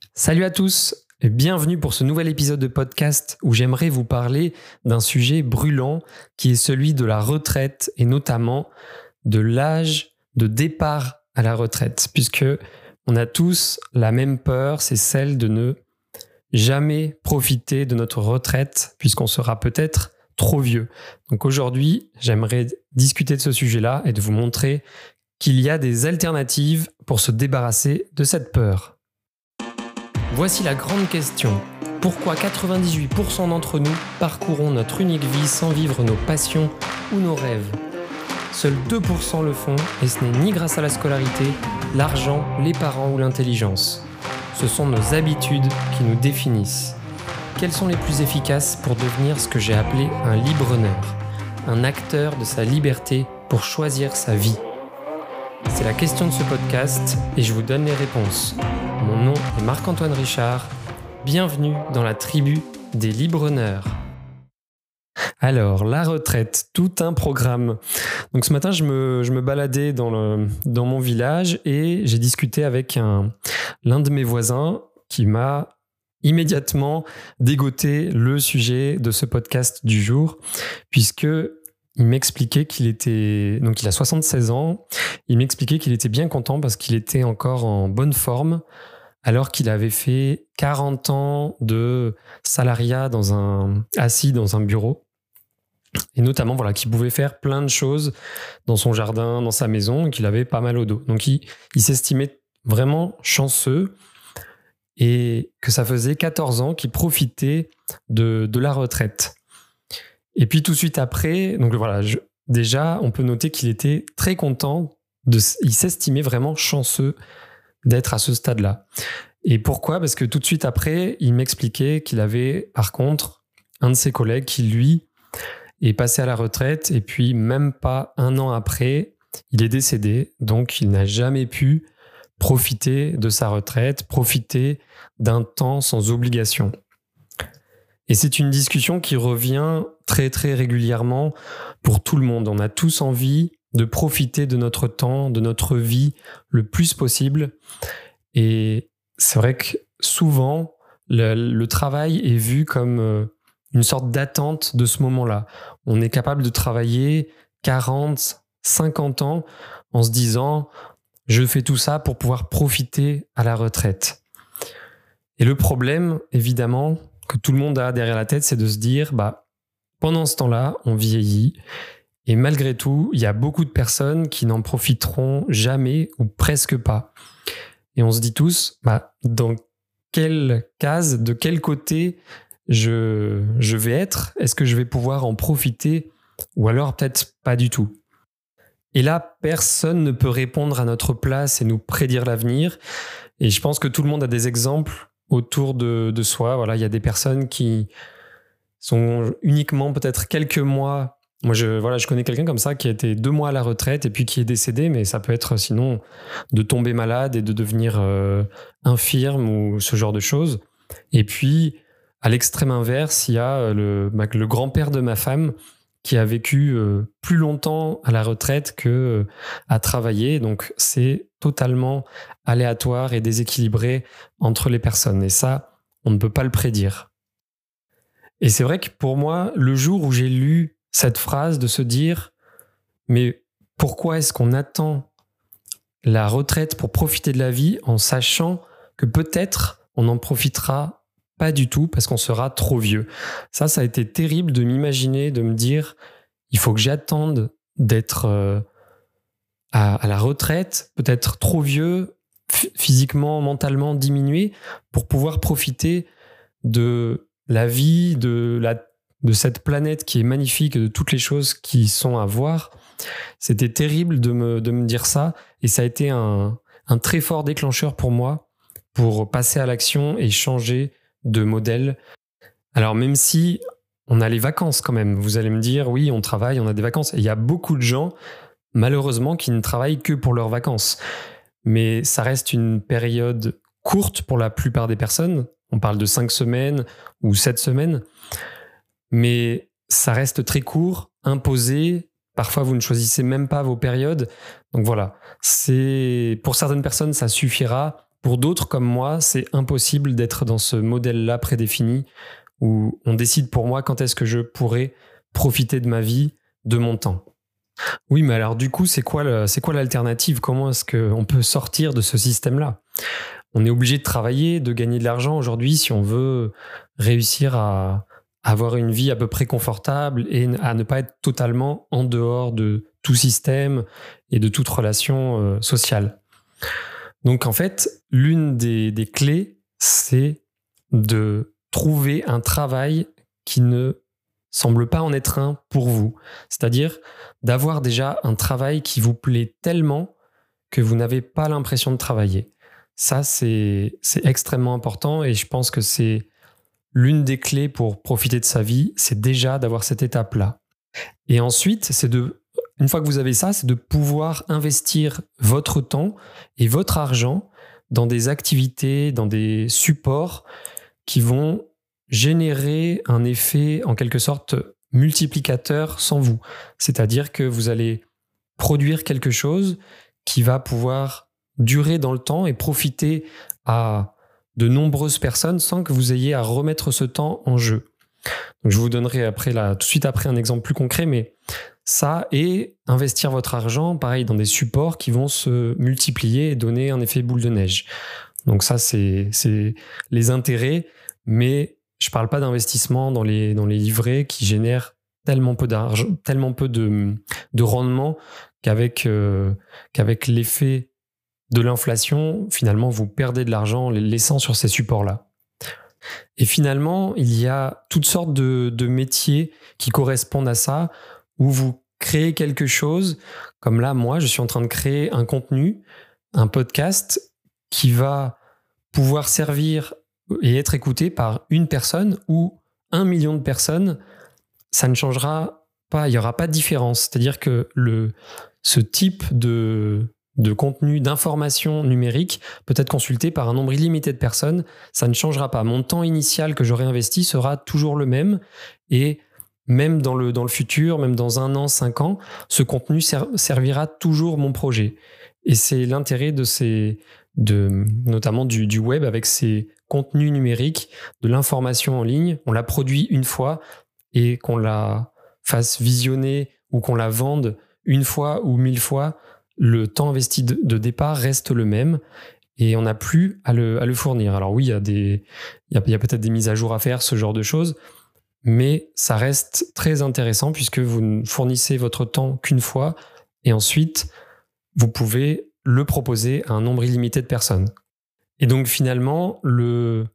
Salut à tous et bienvenue pour ce nouvel épisode de podcast où j'aimerais vous parler d'un sujet brûlant qui est celui de la retraite et notamment de l'âge de départ à la retraite, puisque on a tous la même peur, c'est celle de ne jamais profiter de notre retraite puisqu'on sera peut-être trop vieux. Donc aujourd'hui, j'aimerais discuter de ce sujet-là et de vous montrer qu'il y a des alternatives pour se débarrasser de cette peur. Voici la grande question. Pourquoi 98% d'entre nous parcourons notre unique vie sans vivre nos passions ou nos rêves ? Seuls 2% le font et ce n'est ni grâce à la scolarité, l'argent, les parents ou l'intelligence. Ce sont nos habitudes qui nous définissent. Quelles sont les plus efficaces pour devenir ce que j'ai appelé un libre-honneur, un acteur de sa liberté pour choisir sa vie ? C'est la question de ce podcast et je vous donne les réponses. Mon nom est Marc-Antoine Richard. Bienvenue dans la tribu des libre-honneurs. Alors, la retraite, tout un programme. Donc ce matin, je me baladais dans mon village et j'ai discuté avec l'un de mes voisins qui m'a immédiatement dégoté le sujet de ce podcast du jour, puisque il m'expliquait il a 76 ans, il m'expliquait qu'il était bien content parce qu'il était encore en bonne forme, alors qu'il avait fait 40 ans de salariat assis dans un bureau. Et notamment, qu'il pouvait faire plein de choses dans son jardin, dans sa maison, et qu'il avait pas mal au dos. Donc, il s'estimait vraiment chanceux et que ça faisait 14 ans qu'il profitait de la retraite. Et puis, tout de suite après, déjà, on peut noter qu'il était très content, il s'estimait vraiment chanceux d'être à ce stade-là. Et pourquoi ? Parce que tout de suite après, il m'expliquait qu'il avait, par contre, un de ses collègues qui, lui, est passé à la retraite et puis même pas un an après, il est décédé. Donc, il n'a jamais pu profiter de sa retraite, profiter d'un temps sans obligation. Et c'est une discussion qui revient très, très régulièrement pour tout le monde. On a tous envie de profiter de notre temps, de notre vie le plus possible. Et c'est vrai que souvent, le travail est vu comme une sorte d'attente de ce moment-là. On est capable de travailler 40, 50 ans en se disant « je fais tout ça pour pouvoir profiter à la retraite ». Et le problème, évidemment, que tout le monde a derrière la tête, c'est de se dire pendant ce temps-là, on vieillit et malgré tout, il y a beaucoup de personnes qui n'en profiteront jamais ou presque pas. Et on se dit tous, dans quelle case, de quel côté je vais être ? Est-ce que je vais pouvoir en profiter ou alors peut-être pas du tout ? Et là, personne ne peut répondre à notre place et nous prédire l'avenir. Et je pense que tout le monde a des exemples autour de soi. Il y a des personnes qui sont uniquement peut-être quelques mois. Moi, je connais quelqu'un comme ça qui a été 2 mois à la retraite et puis qui est décédé, mais ça peut être sinon de tomber malade et de devenir infirme ou ce genre de choses. Et puis, à l'extrême inverse, il y a le grand-père de ma femme qui a vécu plus longtemps à la retraite qu'à travailler. Donc, c'est totalement aléatoire et déséquilibré entre les personnes. Et ça, on ne peut pas le prédire. Et c'est vrai que pour moi, le jour où j'ai lu cette phrase de se dire « mais pourquoi est-ce qu'on attend la retraite pour profiter de la vie en sachant que peut-être on n'en profitera pas du tout parce qu'on sera trop vieux ?» Ça a été terrible de m'imaginer, de me dire « il faut que j'attende d'être à la retraite, peut-être trop vieux, physiquement, mentalement diminué, pour pouvoir profiter de la vie, de cette planète qui est magnifique, de toutes les choses qui sont à voir. » C'était terrible de me dire ça et ça a été un très fort déclencheur pour moi pour passer à l'action et changer de modèle. Alors même si on a les vacances quand même, vous allez me dire oui, on travaille, on a des vacances. Et il y a beaucoup de gens malheureusement qui ne travaillent que pour leurs vacances. Mais ça reste une période courte pour la plupart des personnes. On parle de 5 semaines ou 7 semaines. Mais ça reste très court, imposé. Parfois, vous ne choisissez même pas vos périodes. Donc voilà, pour certaines personnes, ça suffira. Pour d'autres comme moi, c'est impossible d'être dans ce modèle-là prédéfini où on décide pour moi quand est-ce que je pourrais profiter de ma vie, de mon temps. Oui, mais alors du coup, c'est quoi l'alternative? Comment est-ce qu'on peut sortir de ce système-là? On est obligé de travailler, de gagner de l'argent aujourd'hui si on veut réussir à avoir une vie à peu près confortable et à ne pas être totalement en dehors de tout système et de toute relation sociale. Donc en fait, l'une des clés, c'est de trouver un travail qui ne semble pas en être un pour vous. C'est-à-dire d'avoir déjà un travail qui vous plaît tellement que vous n'avez pas l'impression de travailler. Ça, c'est extrêmement important et je pense que c'est l'une des clés pour profiter de sa vie, c'est déjà d'avoir cette étape-là. Et ensuite, une fois que vous avez ça, c'est de pouvoir investir votre temps et votre argent dans des activités, dans des supports qui vont générer un effet en quelque sorte multiplicateur sans vous. C'est-à-dire que vous allez produire quelque chose qui va pouvoir durer dans le temps et profiter à de nombreuses personnes sans que vous ayez à remettre ce temps en jeu. Donc je vous donnerai tout de suite après un exemple plus concret, mais ça et investir votre argent, pareil, dans des supports qui vont se multiplier et donner un effet boule de neige. Donc ça, c'est les intérêts, mais je parle pas d'investissement dans les livrets qui génèrent tellement peu d'argent, tellement peu de rendement qu'avec l'effet de l'inflation, finalement, vous perdez de l'argent en les laissant sur ces supports-là. Et finalement, il y a toutes sortes de métiers qui correspondent à ça, où vous créez quelque chose, comme là, moi, je suis en train de créer un contenu, un podcast qui va pouvoir servir et être écouté par une personne ou 1 million de personnes. Ça ne changera pas, il n'y aura pas de différence. C'est-à-dire que ce type de contenu, d'information numérique peut être consulté par un nombre illimité de personnes. Ça ne changera pas. Mon temps initial que j'aurai investi sera toujours le même et même dans le futur, même dans 1 an, 5 ans, ce contenu servira toujours mon projet. Et c'est l'intérêt notamment du web avec ces contenus numériques, de l'information en ligne. On la produit une fois et qu'on la fasse visionner ou qu'on la vende une fois ou 1000 fois, le temps investi de départ reste le même et on n'a plus à le fournir. Alors oui, il y a peut-être des mises à jour à faire, ce genre de choses, mais ça reste très intéressant puisque vous ne fournissez votre temps qu'une fois et ensuite, vous pouvez le proposer à un nombre illimité de personnes. Et donc finalement, le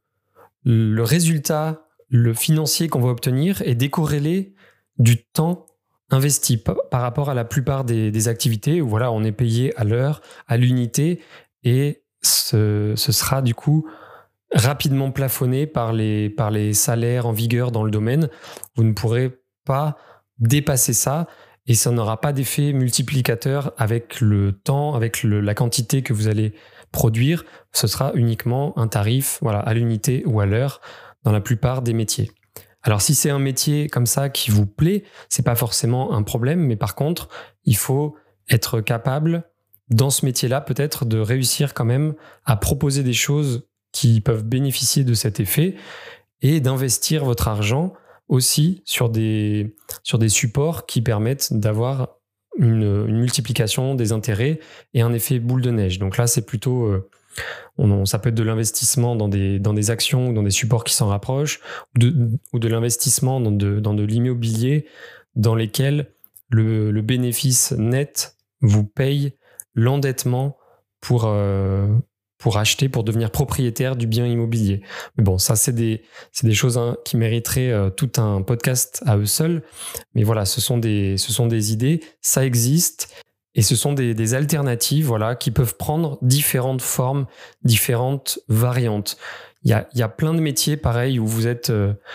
résultat, le financier qu'on va obtenir est décorrélé du temps investi par rapport à la plupart des activités où voilà, on est payé à l'heure, à l'unité et ce sera du coup rapidement plafonné par les salaires en vigueur dans le domaine. Vous ne pourrez pas dépasser ça et ça n'aura pas d'effet multiplicateur avec le temps, avec la quantité que vous allez produire. Ce sera uniquement un tarif à l'unité ou à l'heure dans la plupart des métiers. Alors si c'est un métier comme ça qui vous plaît, c'est pas forcément un problème, mais par contre, il faut être capable dans ce métier-là peut-être de réussir quand même à proposer des choses qui peuvent bénéficier de cet effet et d'investir votre argent aussi sur des supports qui permettent d'avoir une multiplication des intérêts et un effet boule de neige. Donc là, c'est plutôt... ça peut être de l'investissement dans des actions ou dans des supports qui s'en rapprochent ou de l'investissement dans de l'immobilier dans lesquels le bénéfice net vous paye l'endettement pour acheter, pour devenir propriétaire du bien immobilier. Mais bon, ça, c'est des choses qui mériteraient tout un podcast à eux seuls. Mais voilà, ce sont des idées, ça existe. Et ce sont des alternatives qui peuvent prendre différentes formes, différentes variantes. Il y a plein de métiers, pareil, où vous êtes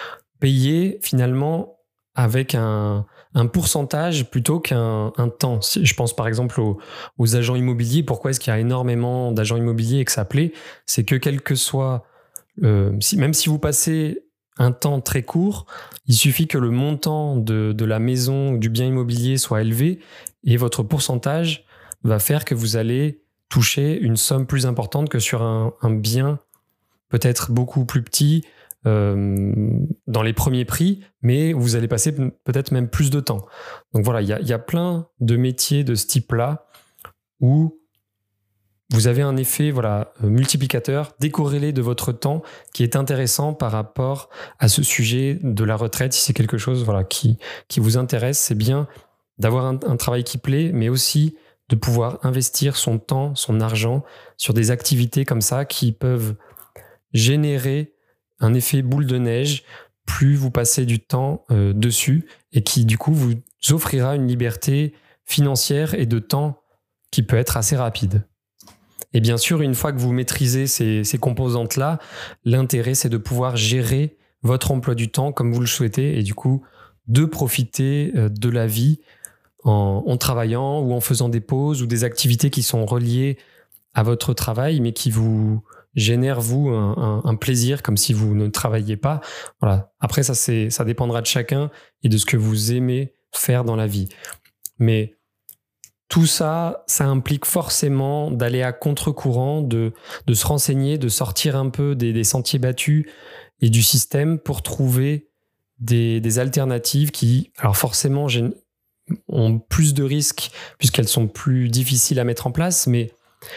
payé finalement avec un pourcentage plutôt qu'un temps. Je pense par exemple aux agents immobiliers. Pourquoi est-ce qu'il y a énormément d'agents immobiliers et que ça plaît? C'est que quel que soit... même si vous passez un temps très court, il suffit que le montant de la maison ou du bien immobilier soit élevé et votre pourcentage va faire que vous allez toucher une somme plus importante que sur un bien peut-être beaucoup plus petit dans les premiers prix, mais vous allez passer peut-être même plus de temps. Donc voilà, il y a plein de métiers de ce type-là où vous avez un effet multiplicateur, décorrélé de votre temps, qui est intéressant par rapport à ce sujet de la retraite. Si c'est quelque chose qui vous intéresse, c'est bien d'avoir un travail qui plaît, mais aussi de pouvoir investir son temps, son argent sur des activités comme ça qui peuvent générer un effet boule de neige plus vous passez du temps dessus, et qui du coup vous offrira une liberté financière et de temps qui peut être assez rapide. Et bien sûr, une fois que vous maîtrisez ces composantes-là, l'intérêt, c'est de pouvoir gérer votre emploi du temps comme vous le souhaitez, et du coup, de profiter de la vie en travaillant ou en faisant des pauses ou des activités qui sont reliées à votre travail, mais qui vous génèrent, vous, un plaisir, comme si vous ne travailliez pas. Voilà. Après, ça dépendra de chacun et de ce que vous aimez faire dans la vie. Mais tout ça, ça implique forcément d'aller à contre-courant, de se renseigner, de sortir un peu des sentiers battus et du système pour trouver des alternatives qui, alors forcément, ont plus de risques puisqu'elles sont plus difficiles à mettre en place, mais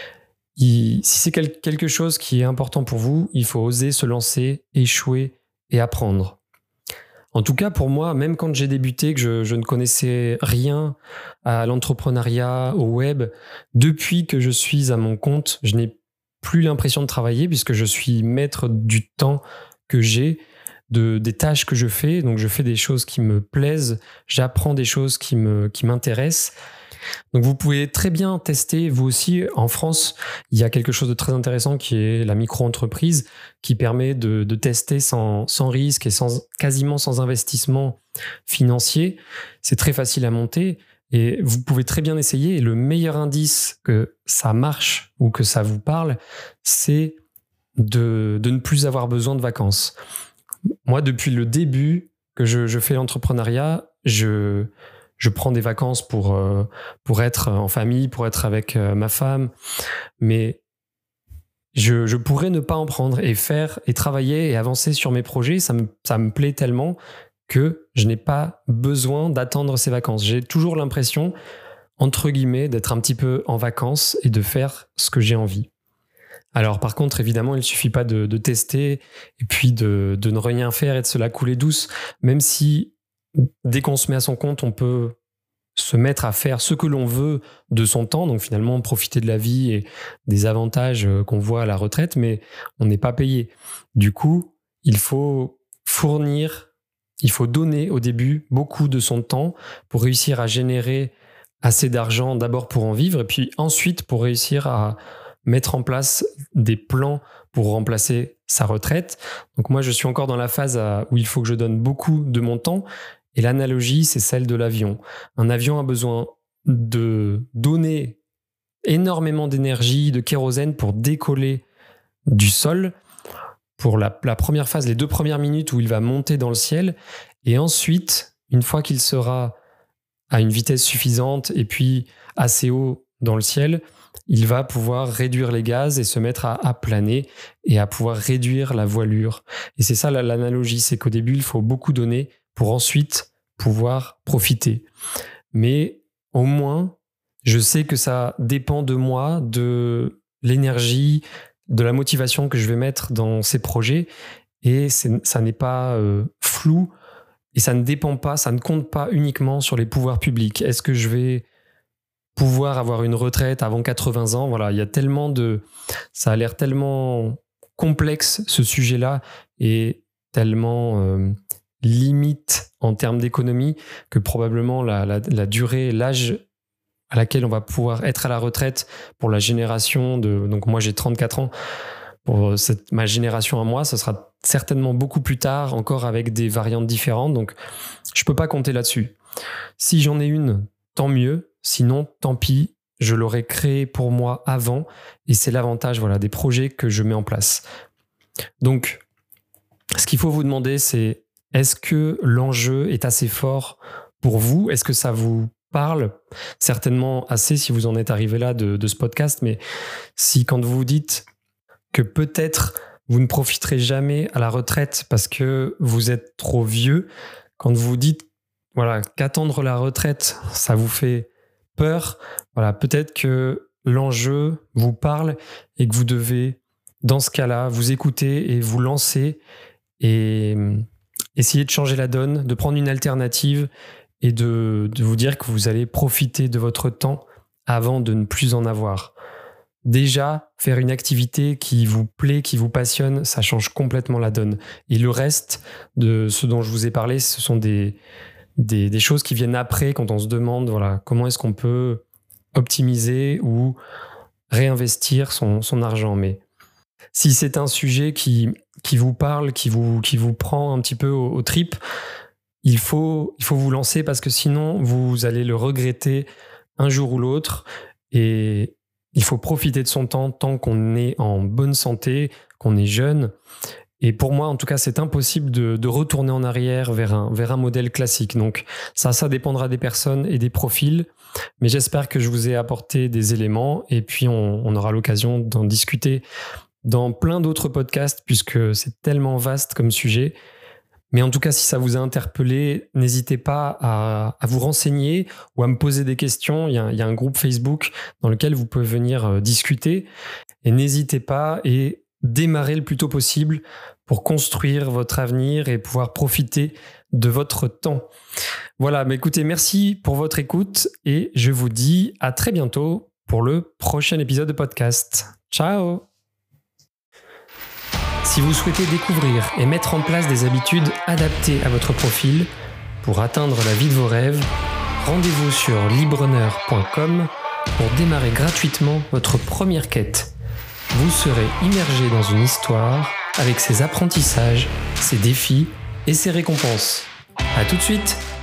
si c'est quelque chose qui est important pour vous, il faut oser se lancer, échouer et apprendre. En tout cas, pour moi, même quand j'ai débuté, que je ne connaissais rien à l'entrepreneuriat, au web, depuis que je suis à mon compte, je n'ai plus l'impression de travailler puisque je suis maître du temps que j'ai, des tâches que je fais. Donc, je fais des choses qui me plaisent, j'apprends des choses qui m'intéressent. Donc, vous pouvez très bien tester, vous aussi. En France, il y a quelque chose de très intéressant qui est la micro-entreprise, qui permet de tester sans risque et quasiment sans investissement financier. C'est très facile à monter et vous pouvez très bien essayer. Et le meilleur indice que ça marche ou que ça vous parle, c'est de ne plus avoir besoin de vacances. Moi, depuis le début que je fais l'entrepreneuriat, je prends des vacances pour être en famille, pour être avec ma femme, mais je pourrais ne pas en prendre et faire et travailler et avancer sur mes projets. Ça me plaît tellement que je n'ai pas besoin d'attendre ces vacances. J'ai toujours l'impression, entre guillemets, d'être un petit peu en vacances et de faire ce que j'ai envie. Alors par contre, évidemment, il ne suffit pas de tester et puis de ne rien faire et de se la couler douce, même si dès qu'on se met à son compte, on peut se mettre à faire ce que l'on veut de son temps, donc finalement profiter de la vie et des avantages qu'on voit à la retraite, mais on n'est pas payé. Du coup, il faut donner au début beaucoup de son temps pour réussir à générer assez d'argent, d'abord pour en vivre, et puis ensuite pour réussir à mettre en place des plans pour remplacer sa retraite. Donc moi, je suis encore dans la phase où il faut que je donne beaucoup de mon temps. Et l'analogie, c'est celle de l'avion. Un avion a besoin de donner énormément d'énergie, de kérosène pour décoller du sol pour la première phase, les 2 premières minutes où il va monter dans le ciel. Et ensuite, une fois qu'il sera à une vitesse suffisante et puis assez haut dans le ciel, il va pouvoir réduire les gaz et se mettre à planer et à pouvoir réduire la voilure. Et c'est ça l'analogie, c'est qu'au début, il faut beaucoup donner pour ensuite pouvoir profiter. Mais au moins, je sais que ça dépend de moi, de l'énergie, de la motivation que je vais mettre dans ces projets. Et ça n'est pas flou et ça ne dépend pas, ça ne compte pas uniquement sur les pouvoirs publics. Est-ce que je vais pouvoir avoir une retraite avant 80 ans? Voilà, il y a tellement ça a l'air tellement complexe, ce sujet-là, et tellement limite en termes d'économie que probablement la durée, l'âge à laquelle on va pouvoir être à la retraite pour la génération donc moi j'ai 34 ans, pour ma génération à moi, ce sera certainement beaucoup plus tard, encore avec des variantes différentes, donc je peux pas compter là-dessus. Si j'en ai une, tant mieux, sinon tant pis, je l'aurais créé pour moi avant, et c'est l'avantage des projets que je mets en place. Donc ce qu'il faut vous demander, c'est: est-ce que l'enjeu est assez fort pour vous? Est-ce que ça vous parle, certainement assez si vous en êtes arrivé là de ce podcast, mais si quand vous vous dites que peut-être vous ne profiterez jamais à la retraite parce que vous êtes trop vieux, quand vous vous dites qu'attendre la retraite, ça vous fait peur, peut-être que l'enjeu vous parle et que vous devez, dans ce cas-là, vous écouter et vous lancer et essayer de changer la donne, de prendre une alternative et de vous dire que vous allez profiter de votre temps avant de ne plus en avoir. Déjà, faire une activité qui vous plaît, qui vous passionne, ça change complètement la donne. Et le reste de ce dont je vous ai parlé, ce sont des choses qui viennent après quand on se demande comment est-ce qu'on peut optimiser ou réinvestir son argent. Mais si c'est un sujet qui vous parle, qui vous prend un petit peu aux tripes, il faut vous lancer parce que sinon, vous allez le regretter un jour ou l'autre. Et il faut profiter de son temps tant qu'on est en bonne santé, qu'on est jeune. Et pour moi, en tout cas, c'est impossible de retourner en arrière vers un modèle classique. Donc ça dépendra des personnes et des profils. Mais j'espère que je vous ai apporté des éléments et puis on aura l'occasion d'en discuter dans plein d'autres podcasts puisque c'est tellement vaste comme sujet. Mais en tout cas, si ça vous a interpellé, n'hésitez pas à vous renseigner ou à me poser des questions. Il y a un groupe Facebook dans lequel vous pouvez venir discuter. Et n'hésitez pas et démarrez le plus tôt possible pour construire votre avenir et pouvoir profiter de votre temps. Voilà, mais écoutez, merci pour votre écoute et je vous dis à très bientôt pour le prochain épisode de podcast. Ciao! Si vous souhaitez découvrir et mettre en place des habitudes adaptées à votre profil pour atteindre la vie de vos rêves, rendez-vous sur libreneur.com pour démarrer gratuitement votre première quête. Vous serez immergé dans une histoire avec ses apprentissages, ses défis et ses récompenses. À tout de suite!